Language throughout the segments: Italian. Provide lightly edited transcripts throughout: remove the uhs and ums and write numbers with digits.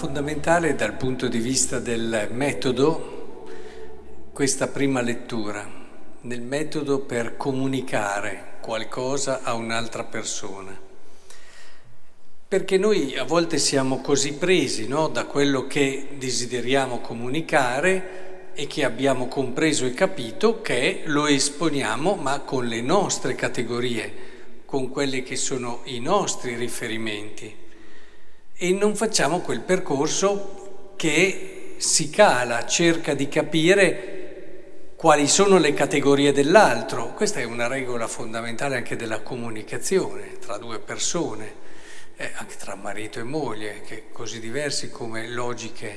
fondamentale dal punto di vista del metodo questa prima lettura, nel metodo per comunicare qualcosa a un'altra persona. Perché noi a volte siamo così presi, no, da quello che desideriamo comunicare e che abbiamo compreso e capito che lo esponiamo, ma con le nostre categorie, con quelli che sono i nostri riferimenti. E non facciamo quel percorso che si cala, cerca di capire quali sono le categorie dell'altro. Questa è una regola fondamentale anche della comunicazione tra due persone, anche tra marito e moglie, che così diversi come logiche,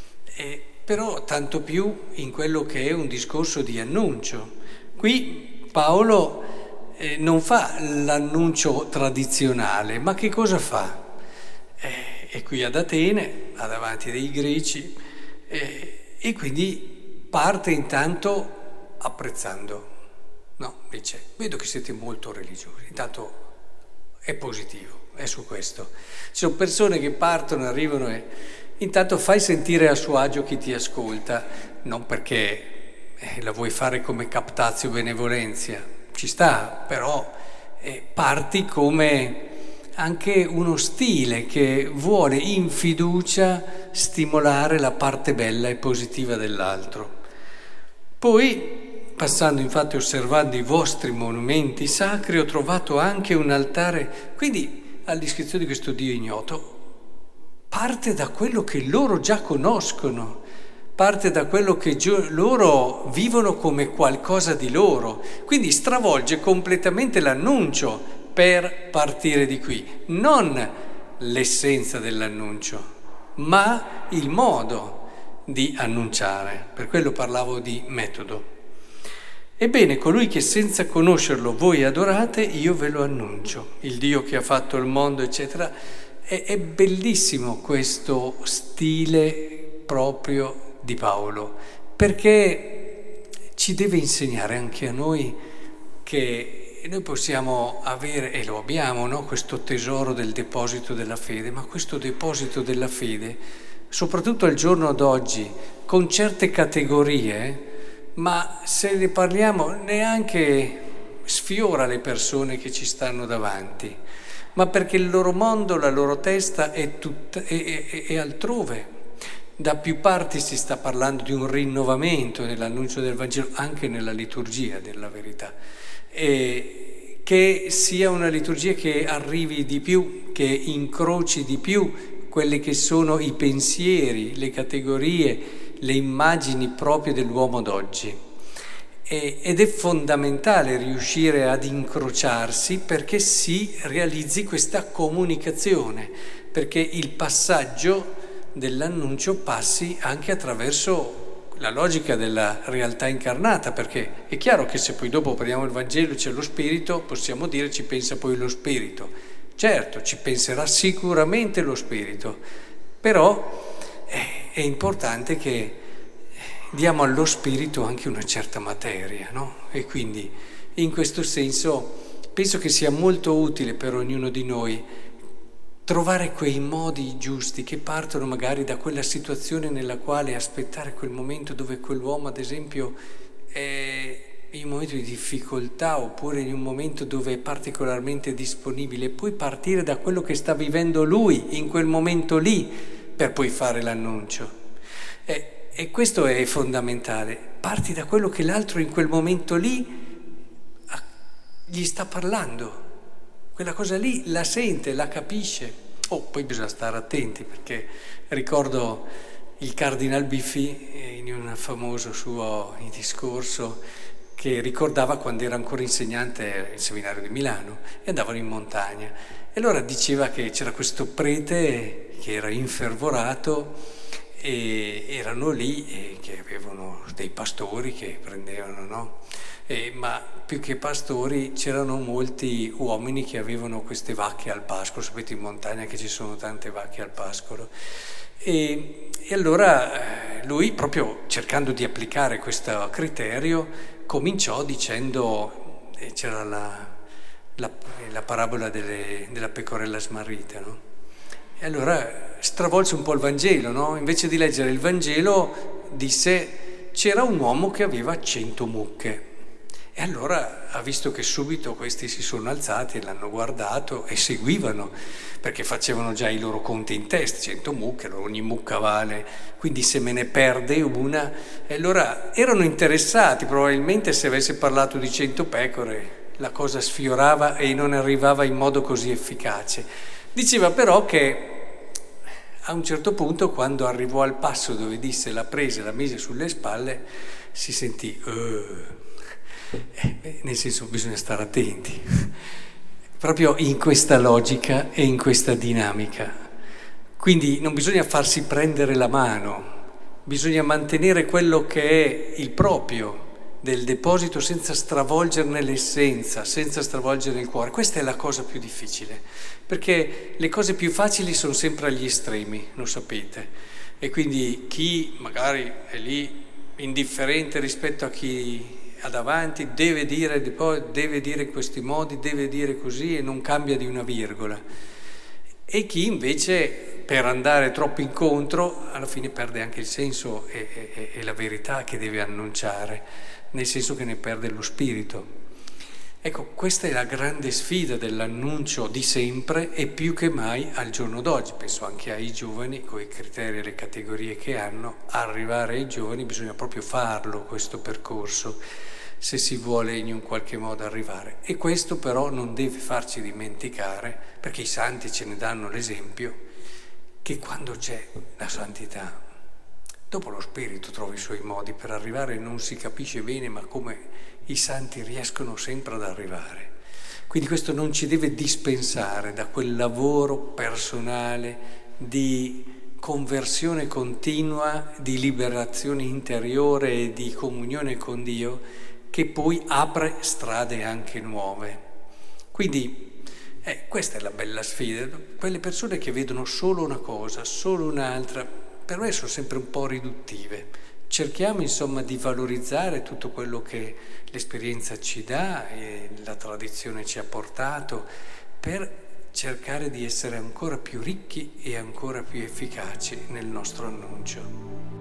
però tanto più in quello che è un discorso di annuncio. Qui Paolo non fa l'annuncio tradizionale, ma che cosa fa? È qui ad Atene, davanti dei greci, e quindi parte intanto apprezzando. No, dice, vedo che siete molto religiosi, intanto è positivo, è su questo. Ci sono persone che partono, arrivano e intanto fai sentire a suo agio chi ti ascolta, non perché la vuoi fare come captatio benevolenzia, ci sta, però parti come anche uno stile che vuole in fiducia stimolare la parte bella e positiva dell'altro. Poi, passando infatti osservando i vostri monumenti sacri, ho trovato anche un altare, quindi all'iscrizione di questo Dio ignoto parte da quello che loro già conoscono, parte da quello che loro vivono come qualcosa di loro, quindi stravolge completamente l'annuncio per partire di qui, non l'essenza dell'annuncio, ma il modo di annunciare. Per quello parlavo di metodo. Ebbene, colui che senza conoscerlo voi adorate, io ve lo annuncio. Il Dio che ha fatto il mondo, eccetera. È bellissimo questo stile proprio di Paolo, perché ci deve insegnare anche a noi che noi possiamo avere, e lo abbiamo, no? Questo tesoro del deposito della fede, ma questo deposito della fede, soprattutto al giorno d'oggi, con certe categorie, ma se ne parliamo neanche sfiora le persone che ci stanno davanti, ma perché il loro mondo, la loro testa è altrove. Da più parti si sta parlando di un rinnovamento nell'annuncio del Vangelo, anche nella liturgia della verità. E che sia una liturgia che arrivi di più, che incroci di più quelli che sono i pensieri, le categorie, le immagini proprie dell'uomo d'oggi. Ed è fondamentale riuscire ad incrociarsi perché si realizzi questa comunicazione, perché il passaggio dell'annuncio passi anche attraverso la logica della realtà incarnata, perché è chiaro che se poi dopo prendiamo il Vangelo e c'è lo Spirito, possiamo dire ci pensa poi lo Spirito. Certo, ci penserà sicuramente lo Spirito, però è importante che diamo allo Spirito anche una certa materia, no? E quindi in questo senso penso che sia molto utile per ognuno di noi trovare quei modi giusti che partono magari da quella situazione nella quale aspettare quel momento dove quell'uomo, ad esempio, è in un momento di difficoltà oppure in un momento dove è particolarmente disponibile, e poi partire da quello che sta vivendo lui in quel momento lì per poi fare l'annuncio. E questo è fondamentale. Parti da quello che l'altro in quel momento lì gli sta parlando. Quella cosa lì la sente, la capisce. Poi bisogna stare attenti, perché ricordo il Cardinal Biffi in un famoso suo discorso che ricordava quando era ancora insegnante al seminario di Milano e andavano in montagna. E allora diceva che c'era questo prete che era infervorato e erano lì e che avevano dei pastori che prendevano, no? Ma più che pastori c'erano molti uomini che avevano queste vacche al pascolo, sapete in montagna che ci sono tante vacche al pascolo. E allora lui, proprio cercando di applicare questo criterio, cominciò dicendo, c'era la parabola della pecorella smarrita, no? E allora stravolse un po' il Vangelo, no? Invece di leggere il Vangelo disse: c'era un uomo che aveva 100 mucche. E allora ha visto che subito questi si sono alzati, l'hanno guardato e seguivano, perché facevano già i loro conti in testa: 100 mucche, ogni mucca vale, quindi se me ne perde una. E allora erano interessati, probabilmente se avesse parlato di 100 pecore la cosa sfiorava e non arrivava in modo così efficace. Diceva però che a un certo punto, quando arrivò al passo dove disse la prese, la mise sulle spalle, si sentì nel senso, bisogna stare attenti proprio in questa logica e in questa dinamica. Quindi non bisogna farsi prendere la mano, bisogna mantenere quello che è il proprio del deposito senza stravolgerne l'essenza, senza stravolgere il cuore. Questa è la cosa più difficile, perché le cose più facili sono sempre agli estremi, lo sapete, e quindi chi magari è lì indifferente rispetto a chi ha davanti deve dire in questi modi, deve dire così e non cambia di una virgola, e chi invece per andare troppo incontro alla fine perde anche il senso e la verità che deve annunciare, nel senso che ne perde lo spirito. Ecco, questa è la grande sfida dell'annuncio di sempre e più che mai al giorno d'oggi. Penso anche ai giovani, con i criteri e le categorie che hanno, arrivare ai giovani bisogna proprio farlo, questo percorso, se si vuole in un qualche modo arrivare. E questo però non deve farci dimenticare, perché i santi ce ne danno l'esempio, che quando c'è la santità, dopo lo Spirito trova i suoi modi per arrivare, non si capisce bene, ma come i santi riescono sempre ad arrivare. Quindi questo non ci deve dispensare da quel lavoro personale di conversione continua, di liberazione interiore e di comunione con Dio, che poi apre strade anche nuove. Quindi questa è la bella sfida. Quelle persone che vedono solo una cosa, solo un'altra, per me sono sempre un po' riduttive. Cerchiamo insomma di valorizzare tutto quello che l'esperienza ci dà e la tradizione ci ha portato, per cercare di essere ancora più ricchi e ancora più efficaci nel nostro annuncio.